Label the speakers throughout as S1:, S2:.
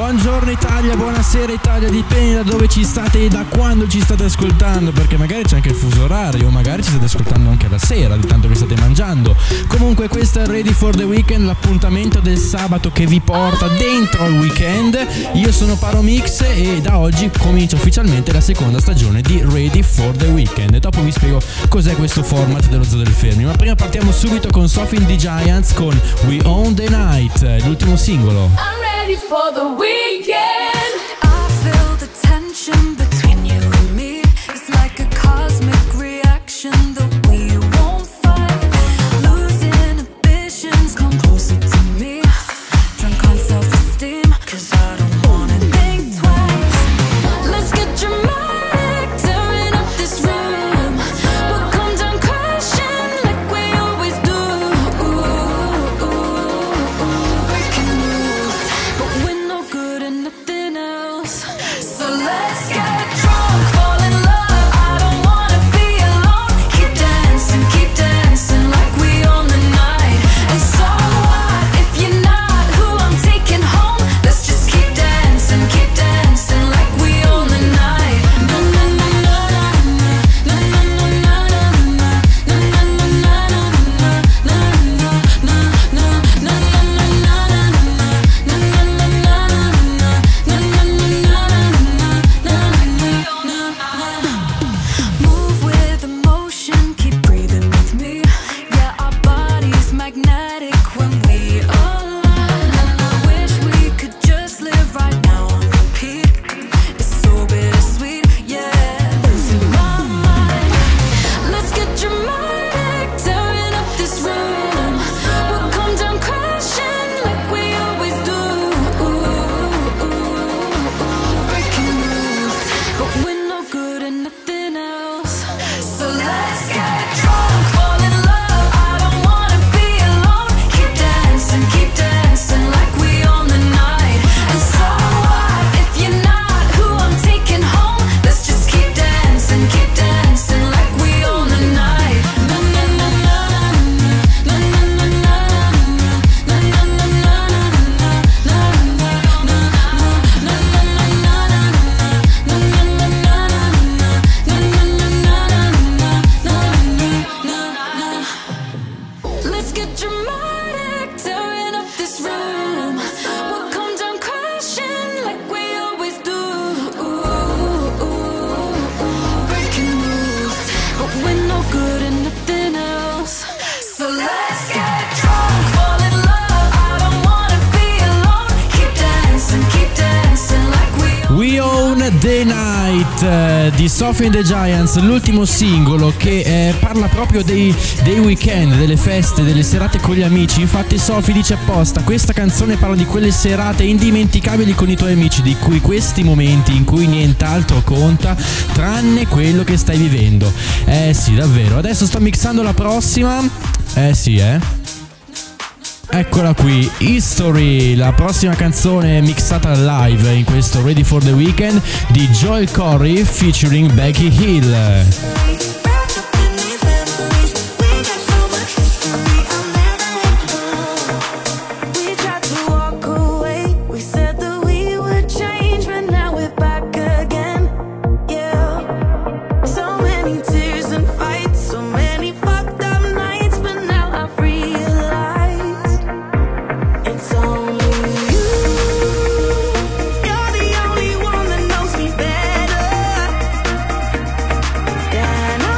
S1: Buongiorno Italia, buonasera Italia, dipende da dove ci state e da quando ci state ascoltando, perché magari c'è anche il fuso orario, magari ci state ascoltando anche la sera, di tanto che state mangiando. Comunque questo è Ready for the Weekend, l'appuntamento del sabato che vi porta dentro al weekend. Io sono Paromix e da oggi comincia ufficialmente la seconda stagione di Ready for the Weekend. E dopo vi spiego cos'è questo format dello Zoo del Fermi. Ma prima partiamo subito con Sophie and the Giants con We Own the Night, l'ultimo singolo.
S2: I'm ready for the weekend.
S3: I feel the tension between you and me. It's like a cosmic reaction that we won't fight. Losing inhibitions, come closer to me. Drunk on self-esteem, 'cause I don't wanna think twice. Let's get dramatic, tearing up this room. We'll come down crashing like we always do. Breaking rules, but we're no good at nothing else. So let's get drunk, fall in love. I don't wanna be alone. Keep dancing like we own the night. And so what if you're not who I'm taking home? Let's just keep dancing like we own the night. Na na na na na na na na na na na na Move with emotion, keep breathing with me. Yeah, our body's magnetic when we align. And I wish we could just live right now on repeat. It's so bittersweet, yeah, losing my mind. Let's get dramatic, tearing up this room. We'll come down crashing like we always do. Breaking rules, but we're no good at nothing else. So let's get drunk, fall in love. I don't wanna be alone. Keep dancing like we own the night. And so what if you're not who I'm taking home? Let's just keep dancing like we own the night. Na na na na na na na na na na na na Let's get dramatic, tearing up this room. We'll come down crashing like we always do. Breaking rules, but we're no good at nothing else. So let's get drunk, fall in love. I don't wanna be alone. Keep dancing like we
S1: We Own the Night di Sophie and the Giants, l'ultimo singolo che parla proprio dei weekend, delle feste, delle serate con gli amici. Infatti Sophie dice apposta: questa canzone parla di quelle serate indimenticabili con i tuoi amici, di cui questi momenti in cui nient'altro conta tranne quello che stai vivendo. Sì, davvero. Adesso sto mixando la prossima. Sì, Eccola qui, History, la prossima canzone mixata live in questo Ready for the Weekend di Joel Corry featuring Becky Hill.
S3: We tried to walk away. We said that we would change, but now we're back again. Yeah. So many tears and fights, so many fucked up nights, but now I've realized it's only you. You're the only one that knows me better than I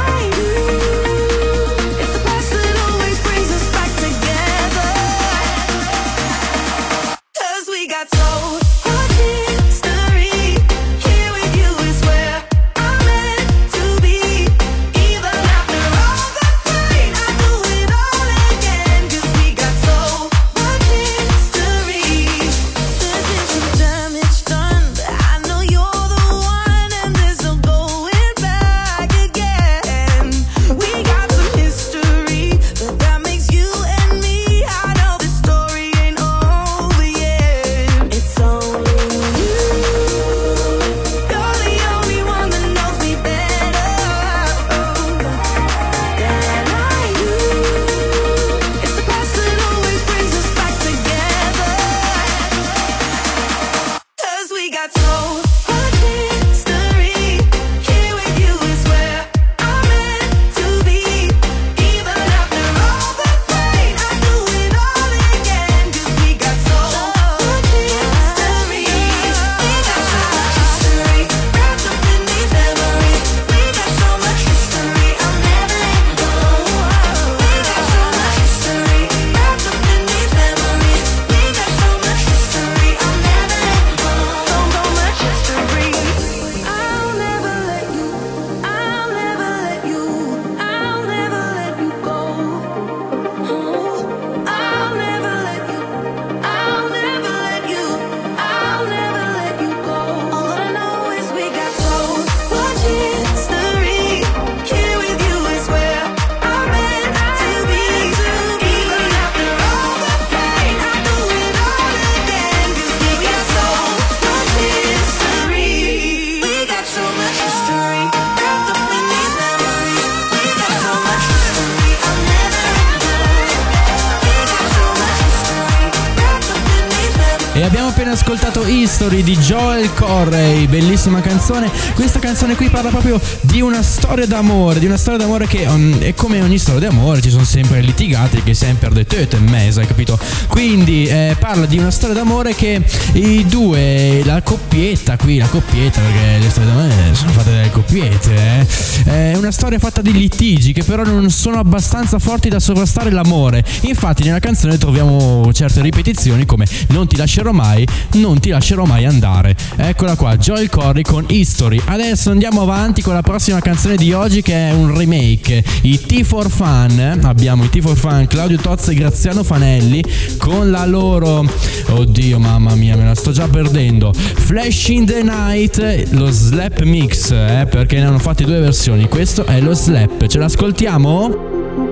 S1: E abbiamo appena ascoltato History di Joel Corey, bellissima canzone. Questa canzone qui parla proprio di una storia d'amore, che è come ogni storia d'amore, ci sono sempre litigati, che sempre de tete in mezzo, hai capito? Quindi parla di una storia d'amore che i due, la coppietta, perché le storie d'amore sono fatte dalle coppiette, è una storia fatta di litigi che però non sono abbastanza forti da sovrastare l'amore. Infatti nella canzone troviamo certe ripetizioni come non ti lascerò mai andare. Eccola qua, Joel Corey con History. Adesso andiamo avanti con la prossima canzone di oggi, che è un remake, i T4 Fan. Abbiamo i T4 Fan, Claudio Tozzi e Graziano Fanelli con la loro, oddio mamma mia me la sto già perdendo, Flash in the Night, lo slap mix, perché ne hanno fatti due versioni. Questo è lo slap, ce l'ascoltiamo?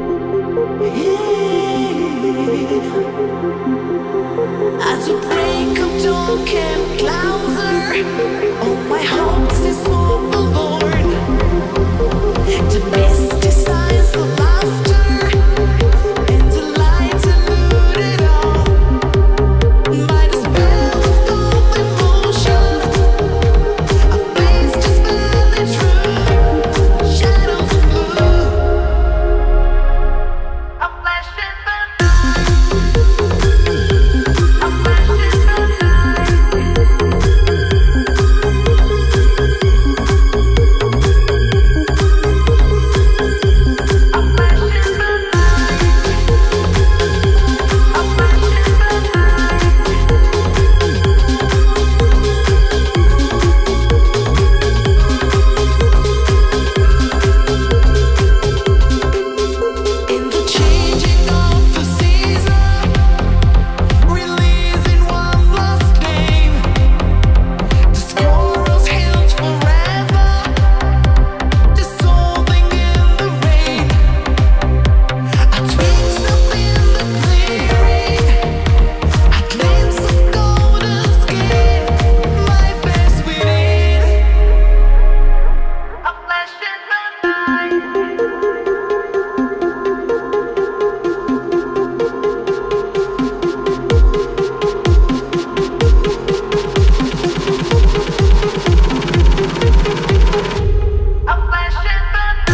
S3: As the break of dawn came closer, all my hopes is of the Lord to mysticize the laughter and delight to loot it all. By the spell of gold emotion, a face just barely true, shadows of blue, a flash in the night. In the changing of the season, releasing one last name, the squirrels held forever, dissolving in the rain. I twist up in the clearing, a glimpse of golden skin, my face within, a flash in the night. A flash in the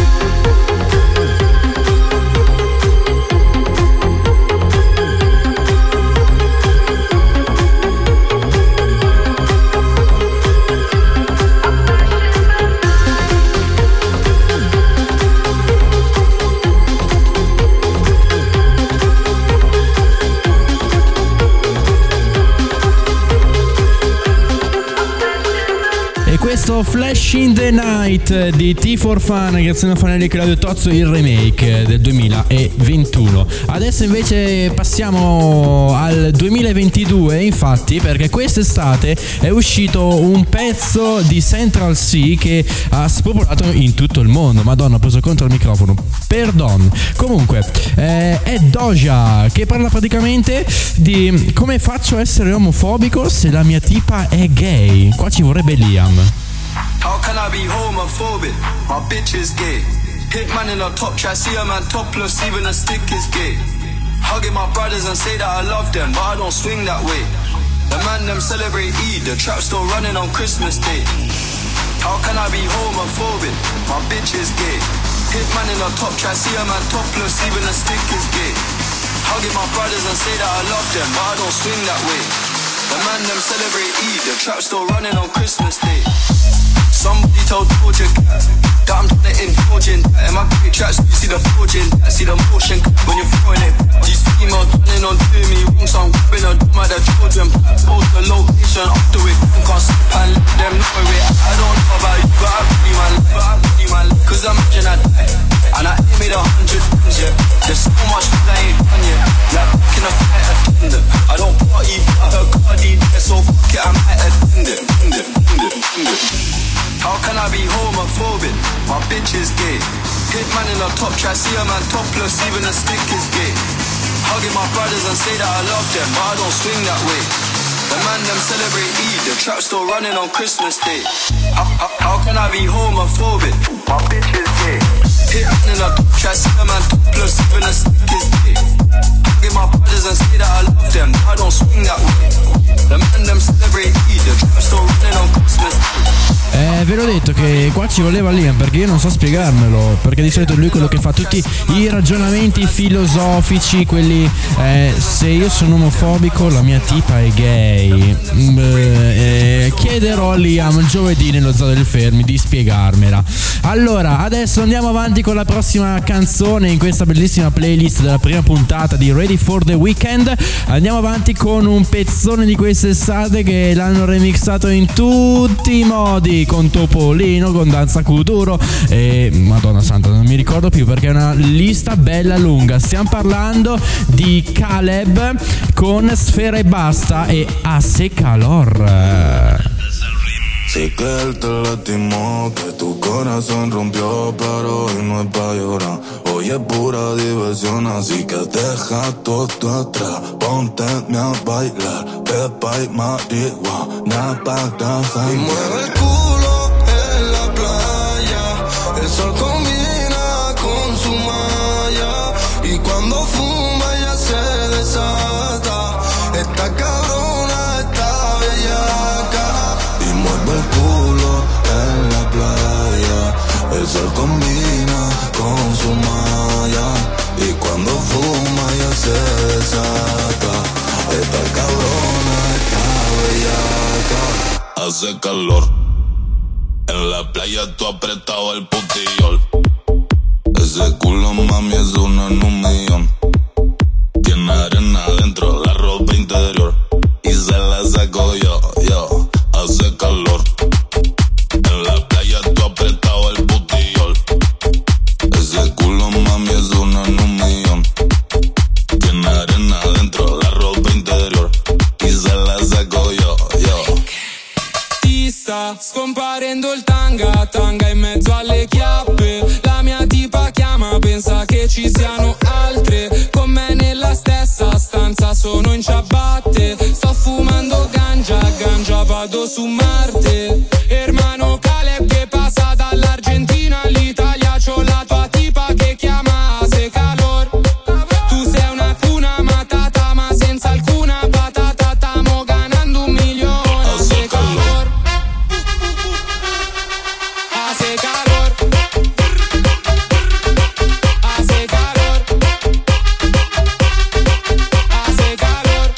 S1: E questo Flash in the Night di T4 Fan, Graziano Fanelli e Claudio Tozzo, il remake del 2021. Adesso invece passiamo al 2022, infatti, perché quest'estate è uscito un pezzo di Central Cee che ha spopolato in tutto il mondo. Madonna, ho preso contro il microfono, perdon. Comunque è Doja, che parla praticamente di come faccio a essere omofobico se la mia tipa è gay. Qua ci vorrebbe Liam.
S4: How can I be homophobic? My bitch is gay. Hitman in a top try, see a man topless, even a stick is gay. Hugging my brothers and say that I love them, but I don't swing that way. The man them celebrate Eid, the trap still running on Christmas Day. How can I be homophobic? My bitch is gay. Hitman in a top try, see a man topless, even a stick is gay. Hugging my brothers and say that I love them, but I don't swing that way. The man them celebrate Eid, the trap still running on Christmas Day. Somebody told Georgia that I'm trying to indulge in that. In my great tracks, you see the forging, I see the motion when you're throwing it. These females running on to me wrong, so I'm grabbing a drum at the children. Post the location after it, can't sleep and let them know it. I don't know about you, but I really man, cause imagine I die, and I ain't made 100 things yet. There's so much that I ain't done yet. Like in a flight attendant, I don't party, but I heard Cardi there, so fuck it, I might attend it. How can I be homophobic? My bitch is gay. Hitman in a top try, see a man topless, even a stick is gay. Hugging my brothers and say that I love them, but I don't swing that way. The man them celebrate Eid, the trap still running on Christmas Day. How can I be homophobic? My bitch is gay. Hitman in a top try, see a man topless, even a stick is gay. Hugging my brothers and say that I love them, but I don't swing that way.
S1: l'ho detto che qua ci voleva Liam, perché io non so spiegarmelo, perché di solito lui è quello che fa tutti i ragionamenti filosofici, quelli se io sono omofobico la mia tipa è gay. Chiederò a Liam giovedì nello Zoo del Fermi di spiegarmela. Allora, adesso andiamo avanti con la prossima canzone in questa bellissima playlist della prima puntata di Ready for the Weekend. Andiamo avanti con un pezzone di quest'estate che l'hanno remixato in tutti i modi, con Topolino, con Danza Kuduro e Madonna Santa, non mi ricordo più perché è una lista bella lunga. Stiamo parlando di Caleb con Sfera e Basta e Hace Calor.
S5: Sí que él te lastimó, que tu corazón rompió, pero hoy no es pa' llorar. Hoy es pura diversión, así que deja todo atrás. Ponte a bailar, pepa y marihuana para janguear. Y mueve el culo en la playa, el sol combina con su malla. Y cuando fuma ella se desata, esta cabrona está bellaca. Mueve el culo en la playa, el sol combina con su malla. Y cuando fuma ya se desata, esta cabrona está bellaca. Hace calor, en la playa tú apretado el putillol. Ese culo mami es uno en un millón. Tiene arena adentro, la ropa interior, y se la saco yo. Hace calor, en la playa tú apretado el putillol. Ese culo mami es uno en un millón. Tiene arena adentro, la ropa interior, y se la saco yo.
S6: Ti sta scomparendo il tanga in mezzo alle chiappe. La mia tipa chiama, pensa che ci siano altre con me nella stessa stanza, sono in ciabatte. Sto fumando ganja, vado su Marte. Hermano Caleb che passa dall'Argentina all'Italia, c'ho la tua tipa che chiama Hace Calor. Tu sei una cuna matata ma senza alcuna patata, stiamo ganando 1 milione. Hace calor, hace calor, hace calor, hace calor.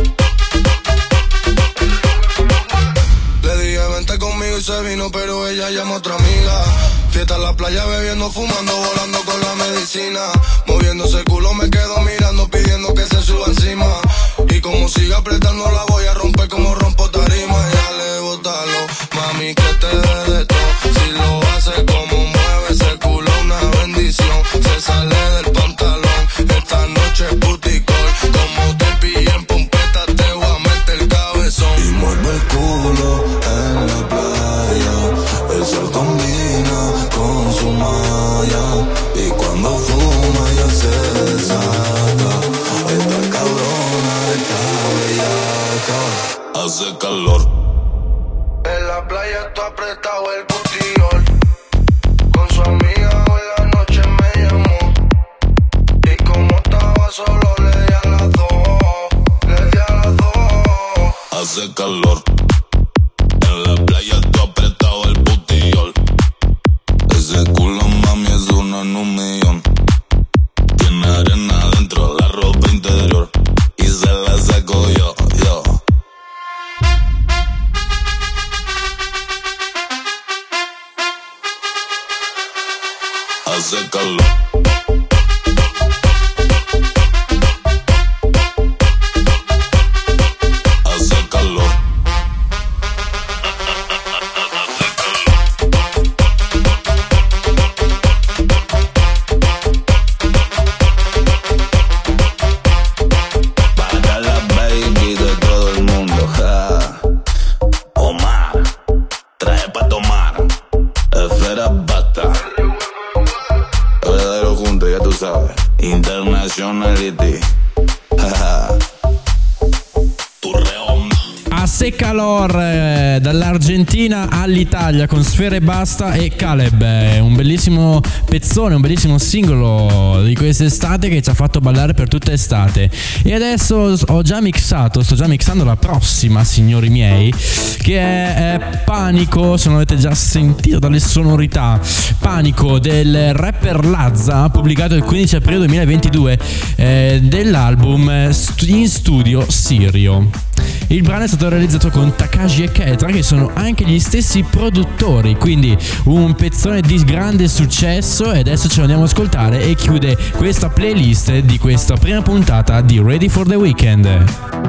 S5: Le dije vente conmigo y se vino, pero ella llama a otra amiga. Fiesta en la playa, bebiendo, fumando, volando con la medicina. Moviéndose el culo me quedo mirando, pidiendo que se suba encima. Y como siga apretando la voy a romper como rompo tarima. Ya le botalo, mami que te dé de todo. Si lo hace como mueve ese culo, una bendición. Se sale del pantalón, esta noche es puticol. Como te pillé en pompeta te voy a meter el cabezón. Y mueve el culo en la playa, el sol combina con su malla. Y cuando fuma ya se desata, esta cabrona está bellaca. Hace calor, en la playa está apretado el putillol. Con su amiga hoy la noche me llamó, y como estaba solo le di a las 2, le di a las 2. Hace calor, en la playa tú apretado el putillol. Ese culo mami es uno en un millón. Tiene arena adentro, la ropa interior, y se la saco yo. Hace calor. Hace calor. Para la baby de todo el mundo, ja. Omar, trae pa' tomar. Esfera basta. Verdadero
S1: Secalor dall'Argentina all'Italia con Sfere Basta e Caleb, un bellissimo pezzone, un bellissimo singolo di quest'estate che ci ha fatto ballare per tutta estate. E adesso sto già mixando la prossima, signori miei, che è Panico, se non avete già sentito dalle sonorità. Panico del rapper Lazza, pubblicato il 15 aprile 2022 dell'album In Studio Sirio. Il brano è stato realizzato con Takashi e Ketra, che sono anche gli stessi produttori, quindi un pezzone di grande successo. E adesso ce lo andiamo ad ascoltare e chiude questa playlist di questa prima puntata di Ready for the Weekend.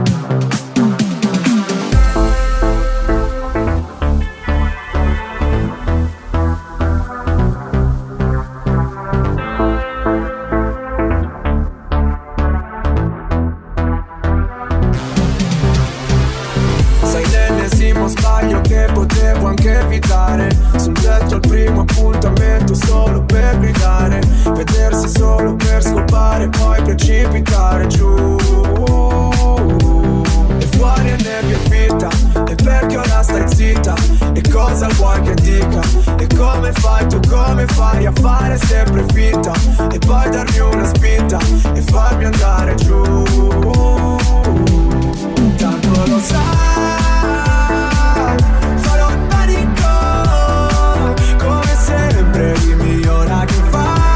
S7: Sbaglio che potevo anche evitare. Sul letto al primo appuntamento solo per gridare, vedersi solo per scopare, poi precipitare giù. E fuori è nebbia fitta, e perché ora stai zitta? E cosa vuoi che dica? E come fai tu, come fai a fare sempre finta? E poi darmi una spinta e farmi andare giù. Tanto lo sai, farò il panico, come sempre dimmi ora che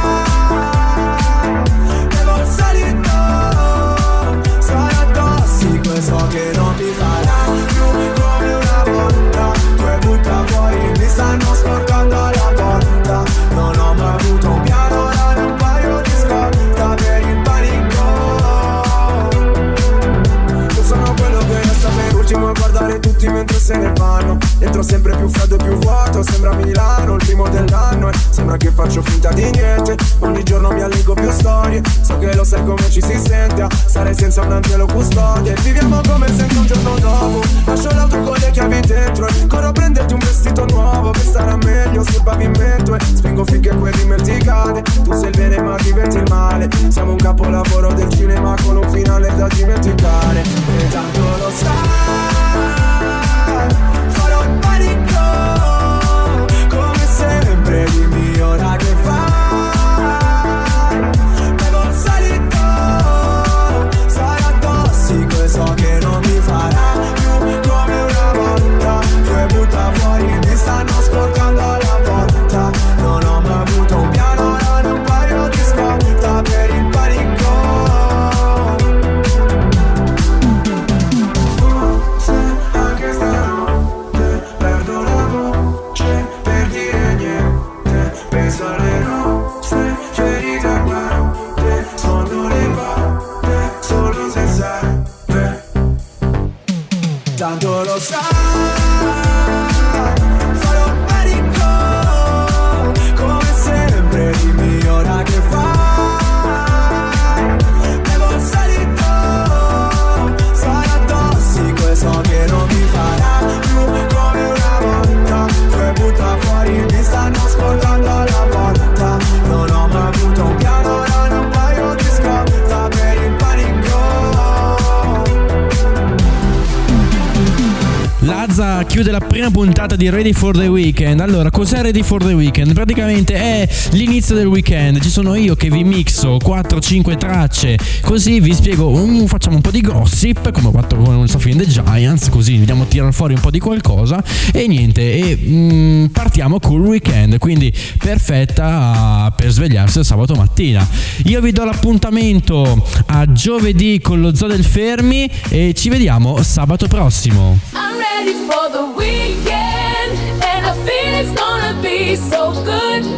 S7: fai. Bevo il solito, sarò tossico e so che non mi farà più come una volta. Tu e butta fuori, mi stanno sporcando la porta. Non ho mai avuto un piano, ora un paio di scorta per il panico. Io sono quello che resta per ultimo a guardare tutti mentre se ne vanno. Dentro sempre più freddo e più vuoto, sembra Milano, il primo dell'anno. E sembra che faccio finta di niente, ogni giorno mi allego più storie. So che lo sai come ci si sente a stare senza un angelo custode. Viviamo come senza un giorno dopo, lascio l'auto con le chiavi dentro e corro a prenderti un vestito nuovo per stare meglio sul pavimento. E spingo finché quel rimel ti cade, tu sei il bene ma diventi il male. Siamo un capolavoro del cinema con un finale da dimenticare. E tanto lo sai, farò il panico, come sempre dimmi ora che fai. Bevo il solito, sarò tossico e so che non mi farà più come una volta. Tu e butta fuori, mi stanno sporcando la porta. Non ho mai avuto un piano, ora un paio di scorta per il panico. Anche stanotte perdo la voce per dire niente. Penso alle nostre ferite aguante, sono le botte solo se serve. Tanto lo sai, farò il panico, come sempre dimmi ora che fai. Bevo il solito, sarò tossico e so che non mi farà più come una volta. Tu e butta fuori, mi stanno sporcando la porta. Non ho mai avuto un piano, ora un paio di scorta per il panico.
S1: Lazza chiude la prima puntata di Ready for the Weekend. Allora, cos'è Ready for the Weekend? Praticamente è l'inizio del weekend. Ci sono io che vi mixo 4-5 tracce, così vi spiego, facciamo un po' di gossip come ho fatto con Sophie and the Giants, così vediamo a tirare fuori un po' di qualcosa e niente, e partiamo col weekend, quindi perfetta per svegliarsi il sabato mattina. Io vi do l'appuntamento a giovedì con lo Zoo del Fermi e ci vediamo sabato prossimo.
S2: I'm ready for the weekend, and I feel it's gonna be so good.